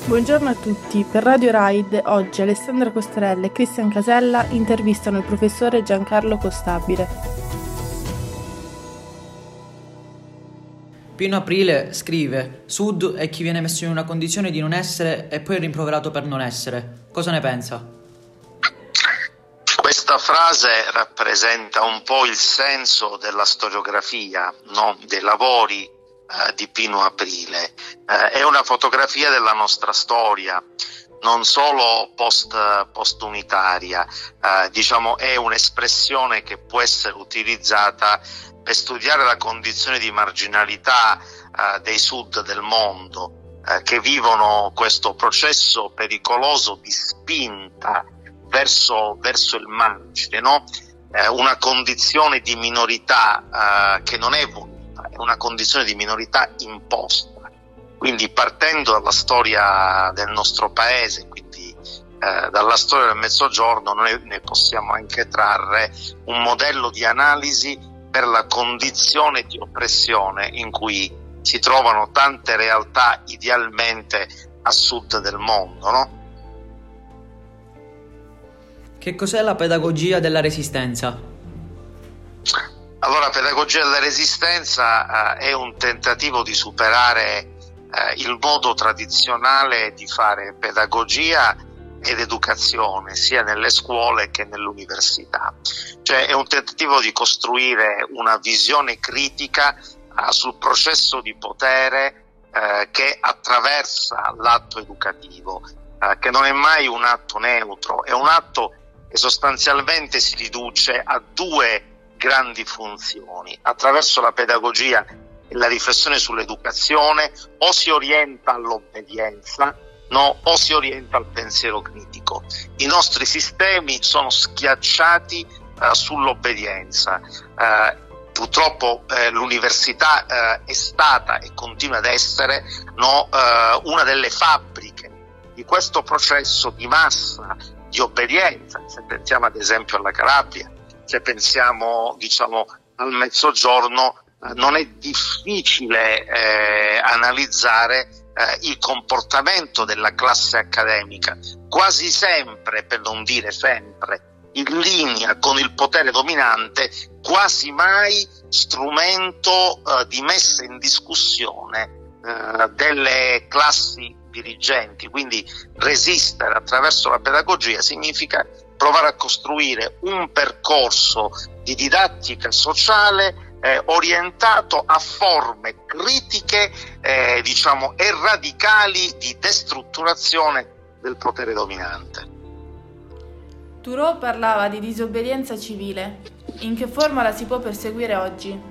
Buongiorno a tutti, per Radio Ride oggi Alessandra Costarella e Cristian Casella intervistano il professore Giancarlo Costabile. Pino Aprile scrive: Sud è chi viene messo in una condizione di non essere e poi rimproverato per non essere. Cosa ne pensa? Questa frase rappresenta un po' il senso della storiografia, no? Dei lavori di Pino Aprile. È una fotografia della nostra storia, non solo post-unitaria, è un'espressione che può essere utilizzata per studiare la condizione di marginalità dei sud del mondo, che vivono questo processo pericoloso di spinta verso il margine, no? Una condizione di minorità che non è voluta, è una condizione di minorità imposta. Quindi partendo dalla storia del nostro paese, quindi dalla storia del Mezzogiorno, noi ne possiamo anche trarre un modello di analisi per la condizione di oppressione in cui si trovano tante realtà idealmente a sud del mondo, no? Che cos'è la pedagogia della resistenza? Allora, pedagogia della resistenza è un tentativo di superare il modo tradizionale di fare pedagogia ed educazione, sia nelle scuole che nell'università. Cioè è un tentativo di costruire una visione critica sul processo di potere che attraversa l'atto educativo, che non è mai un atto neutro, è un atto che sostanzialmente si riduce a due grandi funzioni. Attraverso la pedagogia e la riflessione sull'educazione o si orienta all'obbedienza, no, o si orienta al pensiero critico. I nostri sistemi sono schiacciati sull'obbedienza. Purtroppo l'università è stata e continua ad essere, no, una delle fabbriche di questo processo di massa di obbedienza. Se pensiamo ad esempio alla Calabria, se pensiamo al Mezzogiorno, non è difficile analizzare il comportamento della classe accademica, quasi sempre, per non dire sempre, in linea con il potere dominante, quasi mai strumento di messa in discussione delle classi dirigenti. Quindi resistere attraverso la pedagogia significa provare a costruire un percorso di didattica sociale orientato a forme critiche e radicali di destrutturazione del potere dominante. Thoreau parlava di disobbedienza civile. In che forma la si può perseguire oggi?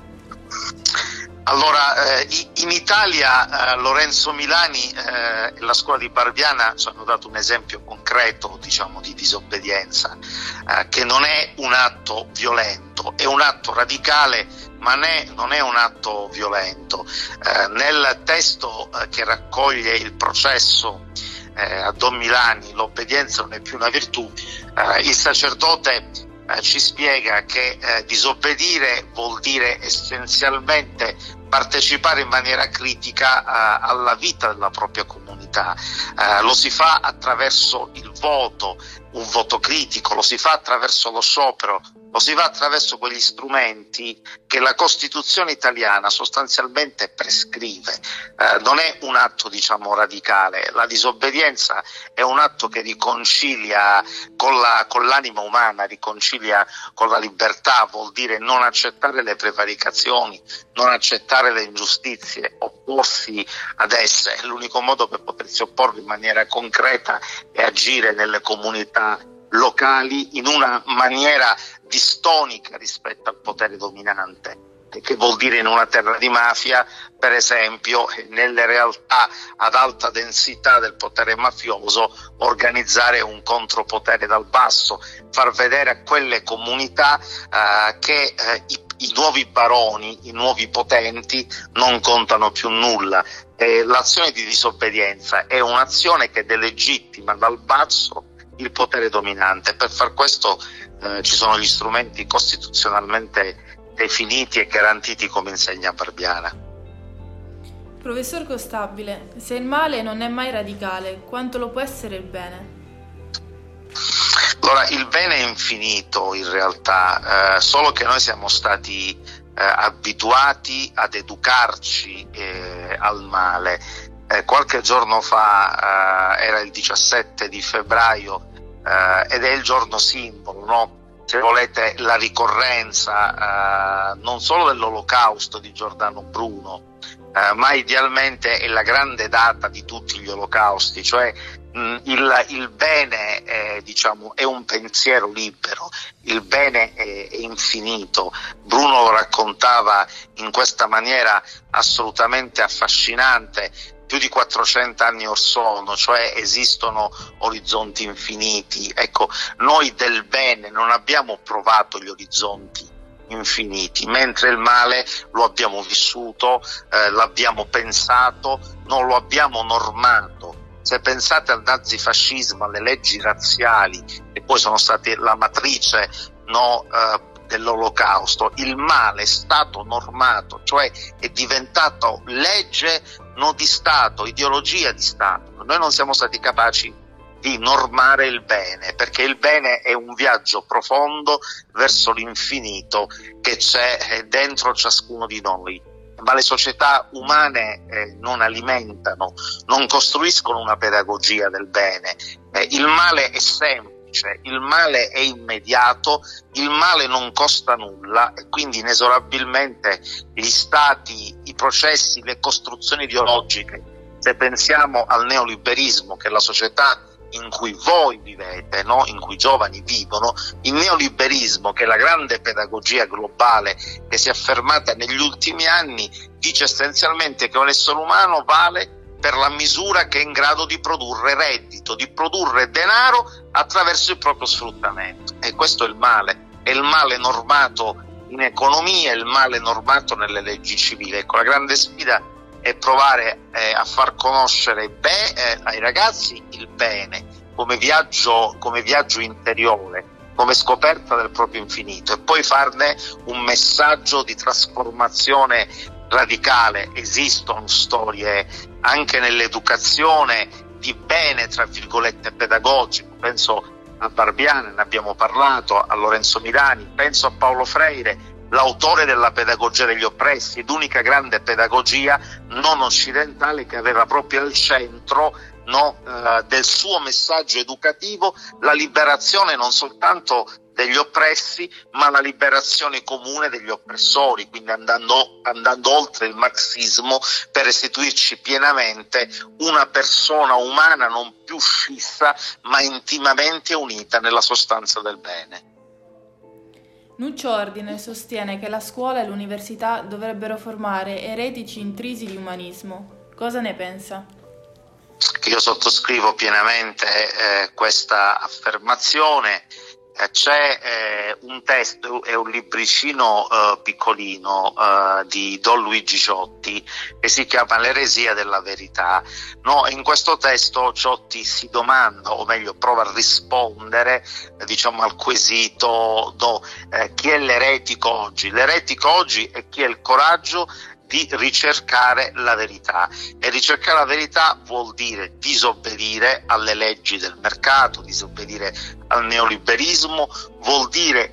Allora, in Italia Lorenzo Milani e la scuola di Barbiana ci hanno dato un esempio concreto, di disobbedienza, che non è un atto violento, è un atto radicale, ma non è un atto violento. Nel testo che raccoglie il processo a Don Milani, l'obbedienza non è più una virtù, il sacerdote ci spiega che disobbedire vuol dire essenzialmente partecipare in maniera critica alla vita della propria comunità. Lo si fa attraverso il voto, un voto critico, lo si fa attraverso lo sciopero, lo si fa attraverso quegli strumenti che la Costituzione italiana sostanzialmente prescrive. Non è un atto, radicale. La disobbedienza è un atto che riconcilia con l'anima umana, riconcilia con la libertà, vuol dire non accettare le prevaricazioni, non accettare le ingiustizie, opporsi ad esse. L'unico modo per potersi opporre in maniera concreta è agire nelle comunità locali in una maniera distonica rispetto al potere dominante, che vuol dire in una terra di mafia, per esempio, nelle realtà ad alta densità del potere mafioso, organizzare un contropotere dal basso, far vedere a quelle comunità che i nuovi baroni, i nuovi potenti non contano più nulla. L'azione di disobbedienza è un'azione che delegittima dal basso il potere dominante. Per far questo ci sono gli strumenti costituzionalmente definiti e garantiti come insegna Barbiana. Professor Costabile, se il male non è mai radicale, quanto lo può essere il bene? Allora, il bene è infinito in realtà, solo che noi siamo stati abituati ad educarci al male. Qualche giorno fa era il 17 di febbraio ed è il giorno simbolo, no? Se volete, la ricorrenza non solo dell'Olocausto di Giordano Bruno, ma idealmente è la grande data di tutti gli olocausti, cioè il bene diciamo è un pensiero libero, il bene è infinito. Bruno lo raccontava in questa maniera assolutamente affascinante più di 400 anni or sono, cioè esistono orizzonti infiniti. Ecco, noi del bene non abbiamo provato gli orizzonti infiniti, mentre il male lo abbiamo vissuto, l'abbiamo pensato, non lo abbiamo normato. Se pensate al nazifascismo, alle leggi razziali, che poi sono state la matrice dell'Olocausto, il male è stato normato, cioè è diventato legge non di Stato, ideologia di Stato. Noi non siamo stati capaci di normare il bene, perché il bene è un viaggio profondo verso l'infinito che c'è dentro ciascuno di noi. Ma le società umane non alimentano, non costruiscono una pedagogia del bene. Il male è semplice, il male è immediato, il male non costa nulla e quindi inesorabilmente gli stati, i processi, le costruzioni ideologiche, se pensiamo al neoliberismo, che è la società in cui voi vivete, no? In cui i giovani vivono, il neoliberismo, che è la grande pedagogia globale che si è affermata negli ultimi anni, dice essenzialmente che un essere umano vale per la misura che è in grado di produrre reddito, di produrre denaro attraverso il proprio sfruttamento. E questo è il male normato in economia, il male normato nelle leggi civili. Ecco, la grande sfida è provare a far conoscere ai ragazzi il bene come viaggio interiore, come scoperta del proprio infinito, e poi farne un messaggio di trasformazione radicale. Esistono storie anche nell'educazione di bene, tra virgolette, pedagogico. Penso a Barbiana, ne abbiamo parlato, a Lorenzo Milani, penso a Paulo Freire, l'autore della pedagogia degli oppressi, l'unica grande pedagogia non occidentale che aveva proprio al centro del suo messaggio educativo la liberazione non soltanto degli oppressi, ma la liberazione comune degli oppressori, quindi andando oltre il marxismo per restituirci pienamente una persona umana non più scissa, ma intimamente unita nella sostanza del bene. Nuccio Ordine sostiene che la scuola e l'università dovrebbero formare eretici intrisi di umanismo. Cosa ne pensa? Io sottoscrivo pienamente questa affermazione. C'è un testo, è un libricino piccolino di Don Luigi Ciotti che si chiama L'eresia della verità. In questo testo Ciotti si domanda, o meglio prova a rispondere al quesito chi è l'eretico oggi. L'eretico oggi è chi ha il coraggio di ricercare la verità, e ricercare la verità vuol dire disobbedire alle leggi del mercato, disobbedire al neoliberismo, vuol dire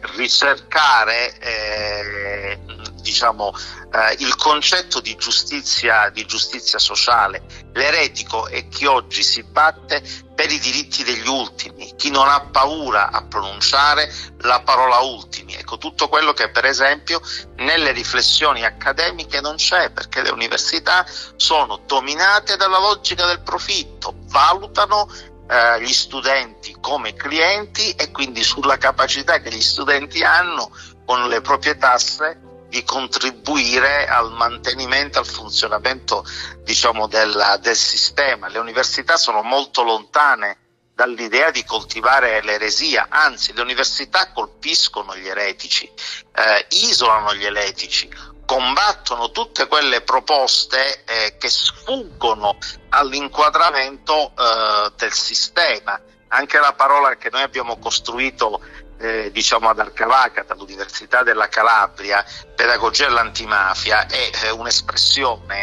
ricercare il concetto di giustizia sociale. L'eretico è chi oggi si batte per i diritti degli ultimi, chi non ha paura a pronunciare la parola ultimi. Ecco, tutto quello che per esempio nelle riflessioni accademiche non c'è, perché le università sono dominate dalla logica del profitto, valutano gli studenti come clienti e quindi sulla capacità che gli studenti hanno con le proprie tasse di contribuire al mantenimento, al funzionamento del sistema. Le università sono molto lontane dall'idea di coltivare l'eresia, anzi le università colpiscono gli eretici, isolano gli eretici, combattono tutte quelle proposte che sfuggono all'inquadramento del sistema. Anche la parola che noi abbiamo costruito ad Arcavacata, all'Università della Calabria, pedagogia dell'antimafia, è un'espressione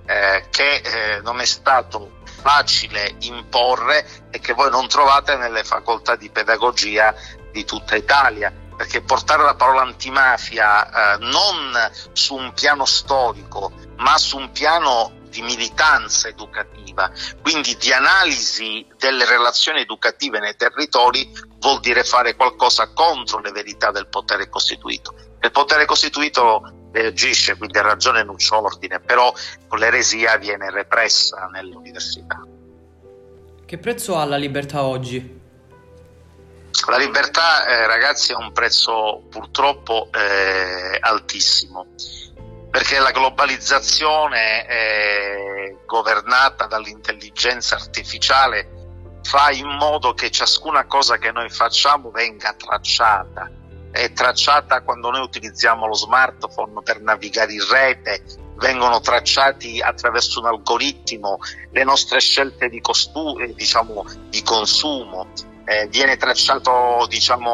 che non è stato facile imporre e che voi non trovate nelle facoltà di pedagogia di tutta Italia, perché portare la parola antimafia non su un piano storico, ma su un piano di militanza educativa, quindi di analisi delle relazioni educative nei territori, vuol dire fare qualcosa contro le verità del potere costituito. Il potere costituito reagisce, quindi ha ragione Nucciordine, però con l'eresia viene repressa nell'università. Che prezzo ha la libertà oggi? La libertà, ragazzi, ha un prezzo purtroppo altissimo, perché la globalizzazione governata dall'intelligenza artificiale fa in modo che ciascuna cosa che noi facciamo venga tracciata. È tracciata quando noi utilizziamo lo smartphone per navigare in rete, vengono tracciati attraverso un algoritmo le nostre scelte di consumo, viene tracciato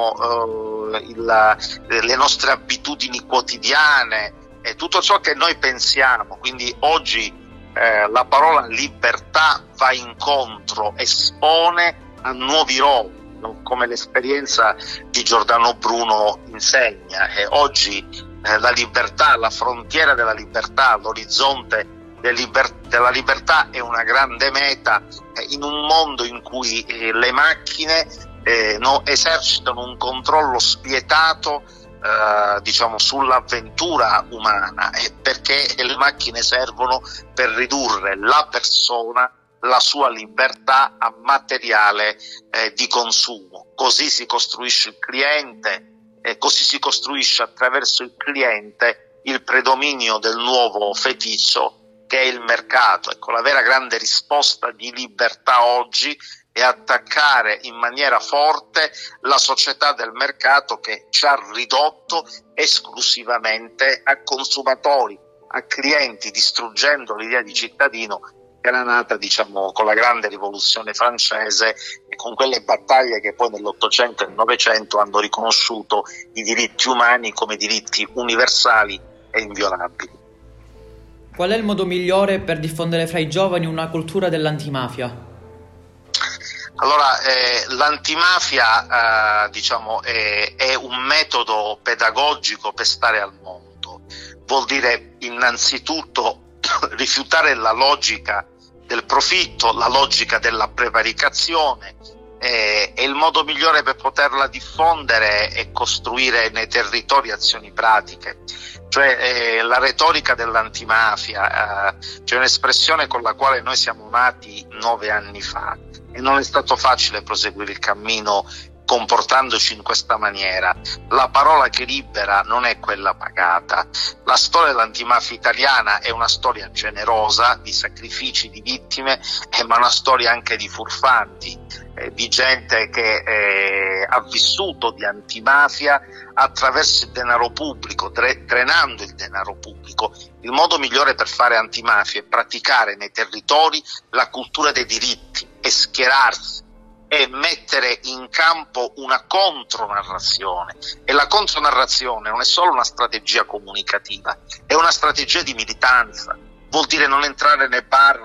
le nostre abitudini quotidiane, tutto ciò che noi pensiamo. Quindi oggi la parola libertà va incontro, espone a nuovi ruoli, come l'esperienza di Giordano Bruno insegna. Oggi la libertà, la frontiera della libertà, l'orizzonte della libertà è una grande meta in un mondo in cui le macchine esercitano un controllo spietato sull'avventura umana, perché le macchine servono per ridurre la persona, la sua libertà, a materiale di consumo. Così si costruisce il cliente, così si costruisce attraverso il cliente il predominio del nuovo feticcio che è il mercato. Ecco, la vera grande risposta di libertà oggi è attaccare in maniera forte la società del mercato, che ci ha ridotto esclusivamente a consumatori, a clienti, distruggendo l'idea di cittadino che era nata con la grande rivoluzione francese e con quelle battaglie che poi nell'Ottocento e nel Novecento hanno riconosciuto i diritti umani come diritti universali e inviolabili. Qual è il modo migliore per diffondere fra i giovani una cultura dell'antimafia? Allora, l'antimafia è un metodo pedagogico per stare al mondo. Vuol dire innanzitutto rifiutare la logica del profitto, la logica della prevaricazione, e il modo migliore per poterla diffondere è costruire nei territori azioni pratiche. Cioè la retorica dell'antimafia, c'è un'espressione con la quale noi siamo nati 9 anni fa e non è stato facile proseguire il cammino comportandoci in questa maniera. La parola che libera non è quella pagata. La storia dell'antimafia italiana è una storia generosa di sacrifici, di vittime, ma una storia anche di furfanti, di gente che ha vissuto di antimafia attraverso il denaro pubblico, drenando il denaro pubblico. Il modo migliore per fare antimafia è praticare nei territori la cultura dei diritti e schierarsi e mettere in campo una contronarrazione. E la contronarrazione non è solo una strategia comunicativa, è una strategia di militanza. Vuol dire non entrare nei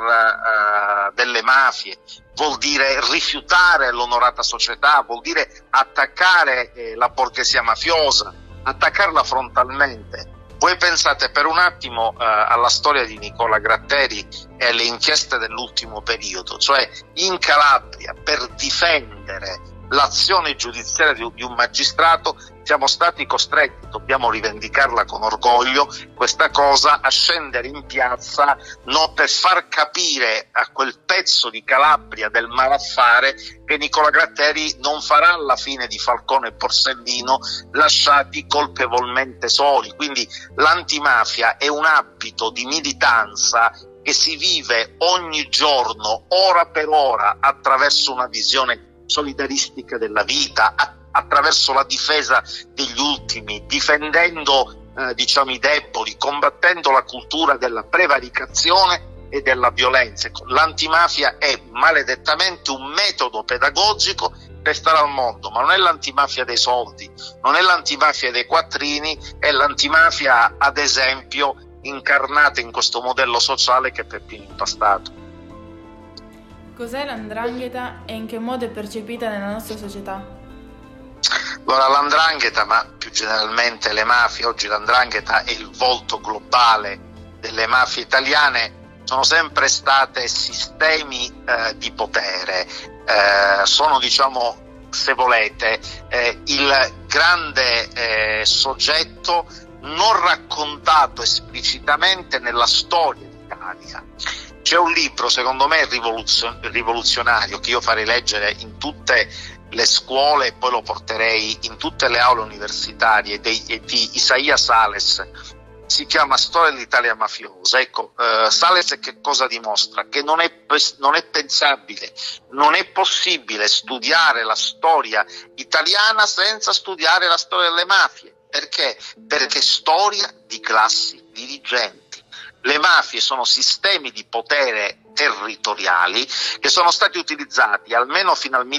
bar delle mafie, vuol dire rifiutare l'onorata società, vuol dire attaccare la borghesia mafiosa, attaccarla frontalmente. Voi pensate per un attimo alla storia di Nicola Gratteri e alle inchieste dell'ultimo periodo, cioè in Calabria, per difendere l'azione giudiziaria di un magistrato siamo stati costretti, dobbiamo rivendicarla con orgoglio, questa cosa, a scendere in piazza per far capire a quel pezzo di Calabria del malaffare che Nicola Gratteri non farà la fine di Falcone e Borsellino lasciati colpevolmente soli. Quindi l'antimafia è un abito di militanza che si vive ogni giorno, ora per ora, attraverso una visione solidaristica della vita, attraverso la difesa degli ultimi, difendendo i deboli, combattendo la cultura della prevaricazione e della violenza. L'antimafia è maledettamente un metodo pedagogico per stare al mondo, ma non è l'antimafia dei soldi, non è l'antimafia dei quattrini, è l'antimafia, ad esempio, incarnate in questo modello sociale che Peppino impastato. Cos'è l''ndrangheta e in che modo è percepita nella nostra società? Allora, l''ndrangheta, ma più generalmente le mafie, oggi l''ndrangheta è il volto globale delle mafie italiane, sono sempre state sistemi di potere, sono, diciamo, se volete, il grande soggetto non raccontato esplicitamente nella storia d'Italia. C'è un libro, secondo me rivoluzionario, che io farei leggere in tutte le scuole e poi lo porterei in tutte le aule universitarie, di Isaia Sales. Si chiama Storia dell'Italia mafiosa. Ecco, Sales che cosa dimostra? Che non è pensabile, non è possibile studiare la storia italiana senza studiare la storia delle mafie. Perché? Perché è storia di classi dirigenti. Le mafie sono sistemi di potere territoriali che sono stati utilizzati almeno fino al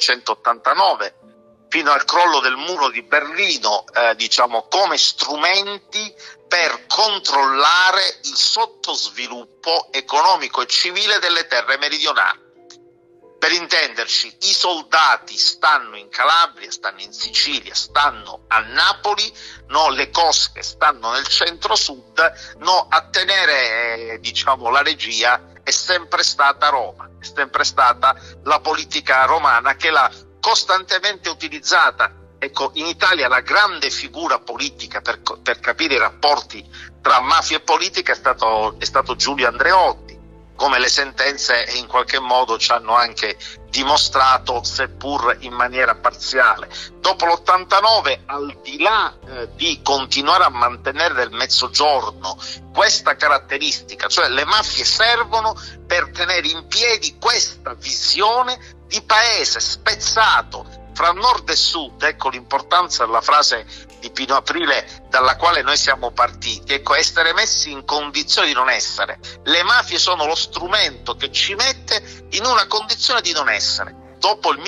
1989, fino al crollo del muro di Berlino, diciamo, come strumenti per controllare il sottosviluppo economico e civile delle terre meridionali. Per intenderci, i soldati stanno in Calabria, stanno in Sicilia, stanno a Napoli, no, le cosche stanno nel centro-sud, no, a tenere, diciamo, la regia è sempre stata Roma, è sempre stata la politica romana che l'ha costantemente utilizzata. Ecco, in Italia la grande figura politica per capire i rapporti tra mafia e politica è stato Giulio Andreotti, come le sentenze in qualche modo ci hanno anche dimostrato, seppur in maniera parziale. Dopo l'89, al di là di continuare a mantenere nel Mezzogiorno questa caratteristica, cioè le mafie servono per tenere in piedi questa visione di paese spezzato fra nord e sud. Ecco l'importanza della frase di Pino Aprile dalla quale noi siamo partiti, ecco, essere messi in condizione di non essere. Le mafie sono lo strumento che ci mette in una condizione di non essere. Dopo il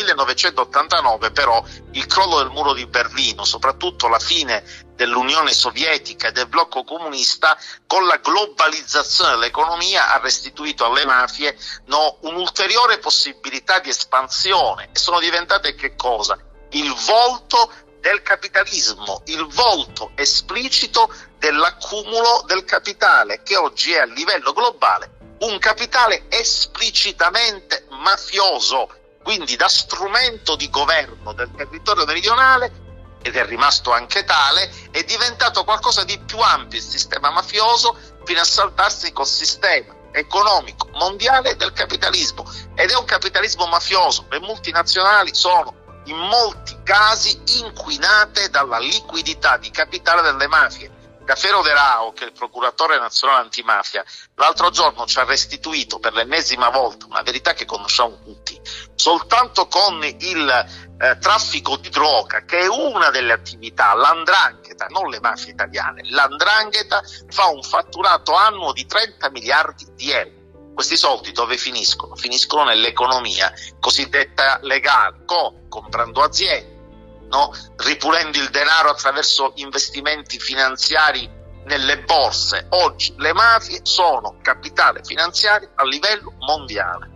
1989 però il crollo del muro di Berlino, soprattutto la fine dell'Unione Sovietica e del blocco comunista, con la globalizzazione dell'economia ha restituito alle mafie, no, un'ulteriore possibilità di espansione e sono diventate che cosa? Il volto del capitalismo, il volto esplicito dell'accumulo del capitale, che oggi è a livello globale un capitale esplicitamente mafioso, quindi da strumento di governo del territorio meridionale, ed è rimasto anche tale, è diventato qualcosa di più ampio il sistema mafioso, fino a saltarsi col sistema economico mondiale del capitalismo, ed è un capitalismo mafioso. Le multinazionali sono in molti casi inquinate dalla liquidità di capitale delle mafie. Cafiero De Rao, che è il procuratore nazionale antimafia, l'altro giorno ci ha restituito per l'ennesima volta una verità che conosciamo tutti. Soltanto con il traffico di droga, che è una delle attività, l''ndrangheta, non le mafie italiane, l''ndrangheta fa un fatturato annuo di 30 miliardi di euro. Questi soldi dove finiscono? Finiscono nell'economia cosiddetta legale, comprando aziende, no? Ripulendo il denaro attraverso investimenti finanziari nelle borse. Oggi le mafie sono capitale finanziario a livello mondiale.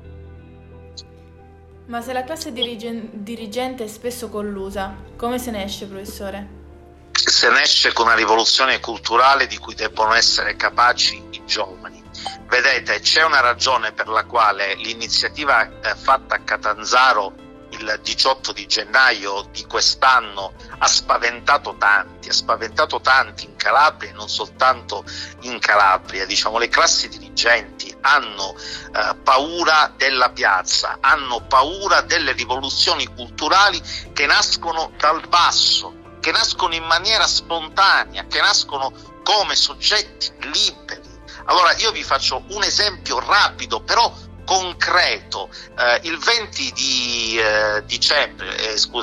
Ma se la classe dirigente è spesso collusa, come se ne esce, professore? Se ne esce con una rivoluzione culturale di cui debbono essere capaci i giovani. Vedete, c'è una ragione per la quale l'iniziativa fatta a Catanzaro il 18 di gennaio di quest'anno ha spaventato tanti in Calabria e non soltanto in Calabria. Diciamo, le classi dirigenti hanno paura della piazza, hanno paura delle rivoluzioni culturali che nascono dal basso, che nascono in maniera spontanea, che nascono come soggetti liberi. Allora io vi faccio un esempio rapido però concreto. Il 20 di dicembre,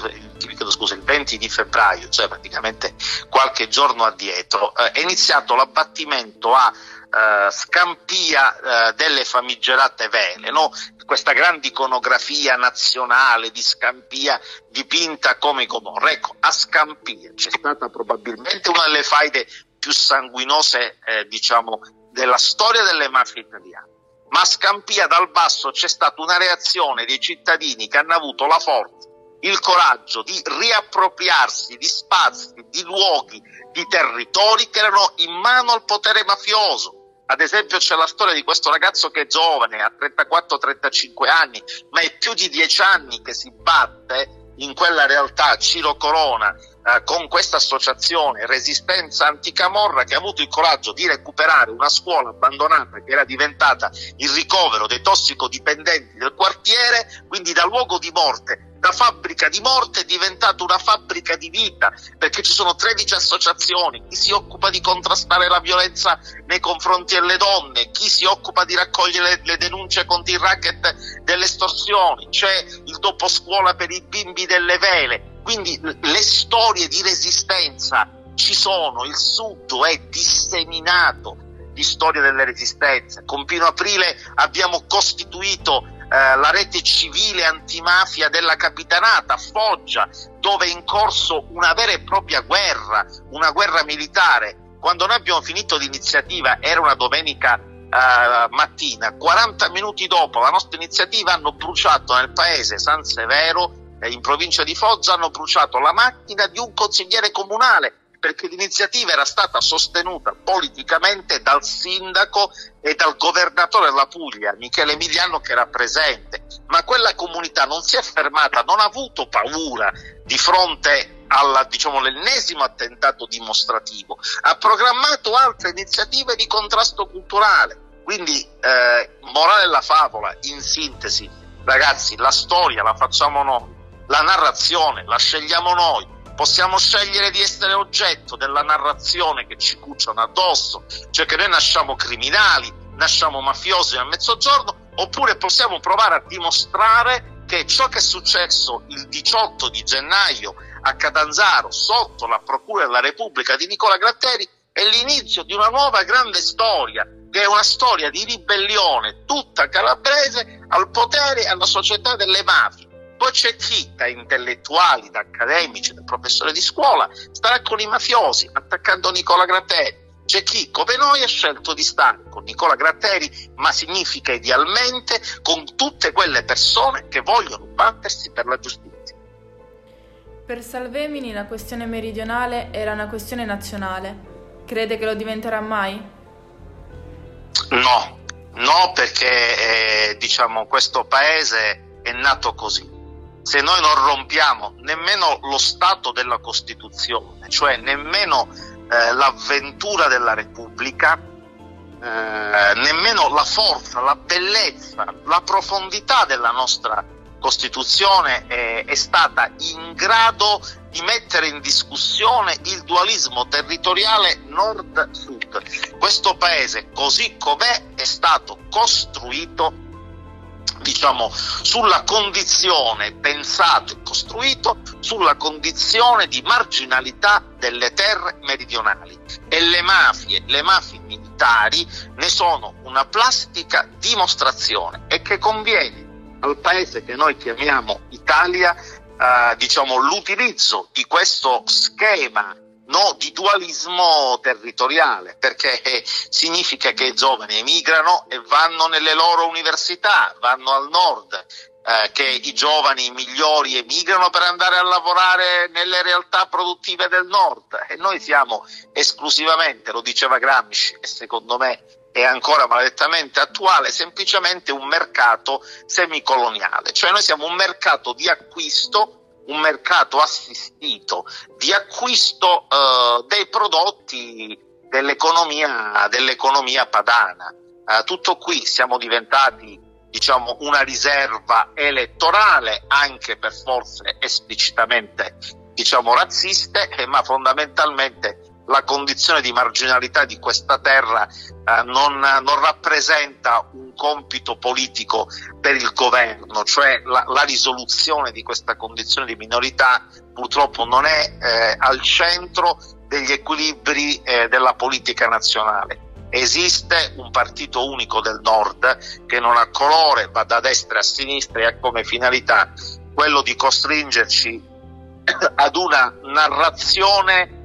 il 20 di febbraio, cioè praticamente qualche giorno addietro, è iniziato l'abbattimento a Scampia delle famigerate vele, no? Questa grande iconografia nazionale di Scampia dipinta come Gomorra. Ecco, a Scampia c'è stata probabilmente una delle faide più sanguinose diciamo della storia delle mafie italiane. Ma a Scampia dal basso c'è stata una reazione dei cittadini che hanno avuto la forza, il coraggio di riappropriarsi di spazi, di luoghi, di territori che erano in mano al potere mafioso. Ad esempio c'è la storia di questo ragazzo che è giovane, ha 34-35 anni, ma è più di 10 anni che si batte in quella realtà, Ciro Corona, con questa associazione Resistenza Anticamorra, che ha avuto il coraggio di recuperare una scuola abbandonata che era diventata il ricovero dei tossicodipendenti del quartiere, quindi da luogo di morte, da fabbrica di morte è diventata una fabbrica di vita, perché ci sono 13 associazioni, chi si occupa di contrastare la violenza nei confronti delle donne, chi si occupa di raccogliere le denunce contro il racket delle estorsioni, c'è il dopo scuola per i bimbi delle vele. Quindi le storie di resistenza ci sono, il Sud è disseminato di storie delle resistenze. Con Pino Aprile abbiamo costituito la rete civile antimafia della Capitanata a Foggia, dove è in corso una vera e propria guerra, una guerra militare. Quando noi abbiamo finito l'iniziativa, era una domenica mattina, 40 minuti dopo la nostra iniziativa hanno bruciato nel paese San Severo, in provincia di Foggia, hanno bruciato la macchina di un consigliere comunale, perché l'iniziativa era stata sostenuta politicamente dal sindaco e dal governatore della Puglia, Michele Emiliano, che era presente. Ma quella comunità non si è fermata, non ha avuto paura di fronte l'ennesimo attentato dimostrativo, ha programmato altre iniziative di contrasto culturale. Quindi, morale della favola, in sintesi, ragazzi, la storia la facciamo noi, la narrazione la scegliamo noi. Possiamo scegliere di essere oggetto della narrazione che ci cucciano addosso, cioè che noi nasciamo criminali, nasciamo mafiosi nel Mezzogiorno, oppure possiamo provare a dimostrare che ciò che è successo il 18 di gennaio a Catanzaro sotto la Procura della Repubblica di Nicola Gratteri è l'inizio di una nuova grande storia, che è una storia di ribellione tutta calabrese al potere e alla società delle mafie. Poi c'è chi, da intellettuali, da accademici, da professori di scuola, starà con i mafiosi, attaccando Nicola Gratteri. C'è chi, come noi, ha scelto di stare con Nicola Gratteri, ma significa idealmente con tutte quelle persone che vogliono battersi per la giustizia. Per Salvemini la questione meridionale era una questione nazionale. Crede che lo diventerà mai? No, perché questo paese è nato così. Se noi non rompiamo nemmeno lo Stato della Costituzione, cioè nemmeno l'avventura della Repubblica, nemmeno la forza, la bellezza, la profondità della nostra Costituzione è stata in grado di mettere in discussione il dualismo territoriale nord-sud. Questo paese, così com'è, è stato costruito sulla condizione, pensato e costruito sulla condizione di marginalità delle terre meridionali, e le mafie militari ne sono una plastica dimostrazione, e che conviene al paese che noi chiamiamo Italia l'utilizzo di questo schema di dualismo territoriale, perché significa che i giovani emigrano e vanno nelle loro università, vanno al nord, che i giovani migliori emigrano per andare a lavorare nelle realtà produttive del nord, e noi siamo esclusivamente, lo diceva Gramsci e secondo me è ancora maledettamente attuale, semplicemente un mercato semicoloniale, cioè noi siamo un mercato di acquisto, un mercato assistito di acquisto dei prodotti dell'economia padana. Tutto qui, siamo diventati una riserva elettorale anche per forze esplicitamente razziste, ma fondamentalmente la condizione di marginalità di questa terra non rappresenta un compito politico per il governo, cioè la risoluzione di questa condizione di minorità purtroppo non è al centro degli equilibri della politica nazionale. Esiste un partito unico del nord che non ha colore, va da destra a sinistra e ha come finalità quello di costringerci ad una narrazione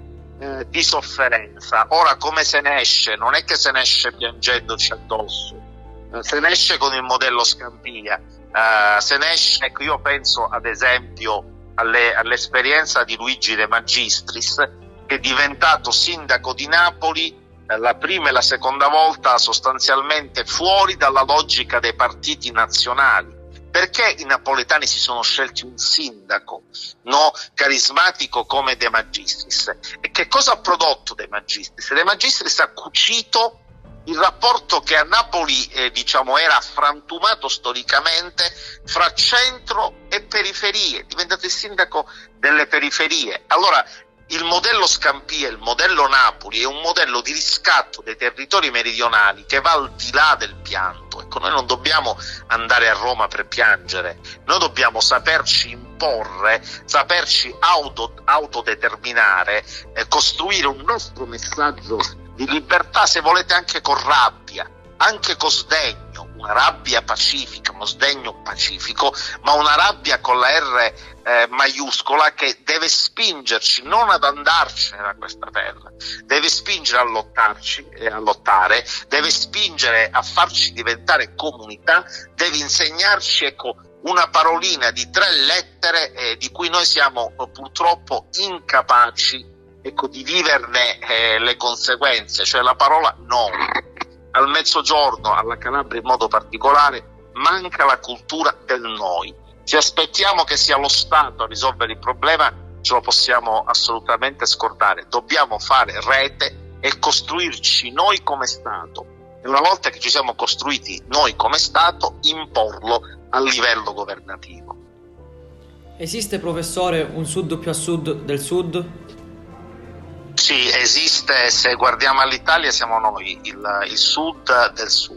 di sofferenza. Ora, come se ne esce? Non è che se ne esce piangendoci addosso, se ne esce con il modello Scampia, se ne esce, ecco, io penso ad esempio all'esperienza di Luigi De Magistris, che è diventato sindaco di Napoli la prima e la seconda volta sostanzialmente fuori dalla logica dei partiti nazionali. Perché i napoletani si sono scelti un sindaco carismatico come De Magistris? E che cosa ha prodotto De Magistris? De Magistris ha cucito il rapporto che a Napoli era frantumato storicamente fra centro e periferie, è diventato il sindaco delle periferie. Allora, il modello Scampia, il modello Napoli, è un modello di riscatto dei territori meridionali che va al di là del pianto. Ecco, noi non dobbiamo andare a Roma per piangere, noi dobbiamo saperci imporre, saperci autodeterminare, costruire un nostro messaggio di libertà, se volete anche con rabbia, anche con sdegno, una rabbia pacifica, uno sdegno pacifico, ma una rabbia con la R maiuscola, che deve spingerci non ad andarcene da questa terra, deve spingere a lottarci e a lottare, deve spingere a farci diventare comunità, deve insegnarci, ecco, una parolina di 3 lettere di cui noi siamo purtroppo incapaci, ecco, di viverne le conseguenze, cioè la parola no. Al Mezzogiorno, alla Calabria in modo particolare, manca la cultura del noi. Se aspettiamo che sia lo Stato a risolvere il problema, ce lo possiamo assolutamente scordare. Dobbiamo fare rete e costruirci noi come Stato. E una volta che ci siamo costruiti noi come Stato, imporlo a livello governativo. Esiste, professore, un sud più a sud del sud? Sì, esiste. Se guardiamo all'Italia siamo noi, il sud del sud.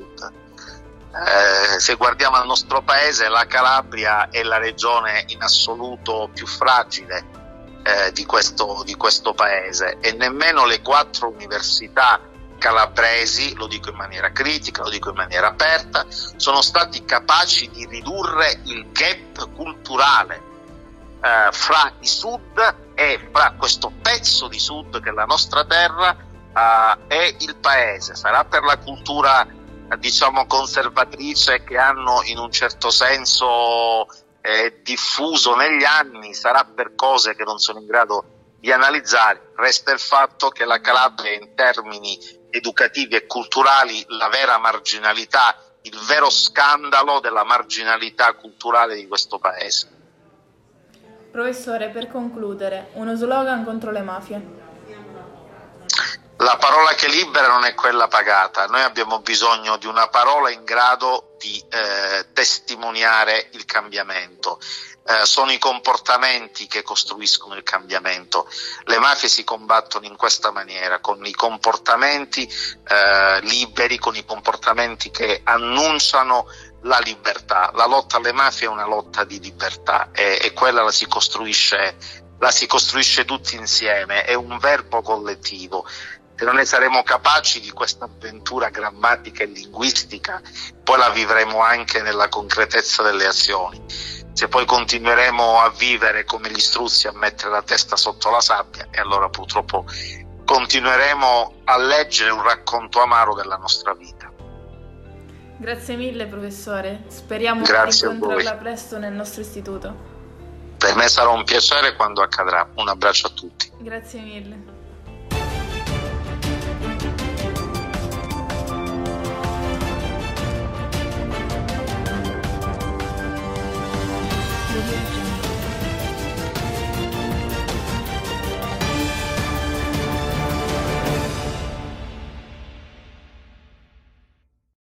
Se guardiamo al nostro paese, la Calabria è la regione in assoluto più fragile di questo paese, e nemmeno le 4 università calabresi, lo dico in maniera critica, lo dico in maniera aperta, sono stati capaci di ridurre il gap culturale fra i sud e fra questo pezzo di sud che è la nostra terra e il paese. Sarà per la cultura conservatrice che hanno in un certo senso diffuso negli anni, sarà per cose che non sono in grado di analizzare. Resta il fatto che la Calabria in termini educativi e culturali la vera marginalità, il vero scandalo della marginalità culturale di questo paese. Professore, per concludere, uno slogan contro le mafie. La parola che libera non è quella pagata. Noi abbiamo bisogno di una parola in grado di testimoniare il cambiamento. Sono i comportamenti che costruiscono il cambiamento. Le mafie si combattono in questa maniera, con i comportamenti liberi, con i comportamenti che annunciano la libertà. La lotta alle mafie è una lotta di libertà e quella la si costruisce tutti insieme, è un verbo collettivo. Se non ne saremo capaci di questa avventura grammatica e linguistica, poi la vivremo anche nella concretezza delle azioni. Se poi continueremo a vivere come gli struzzi, a mettere la testa sotto la sabbia, e allora purtroppo continueremo a leggere un racconto amaro della nostra vita. Grazie mille, professore. Speriamo di incontrarla presto nel nostro istituto. Per me sarà un piacere quando accadrà. Un abbraccio a tutti. Grazie mille.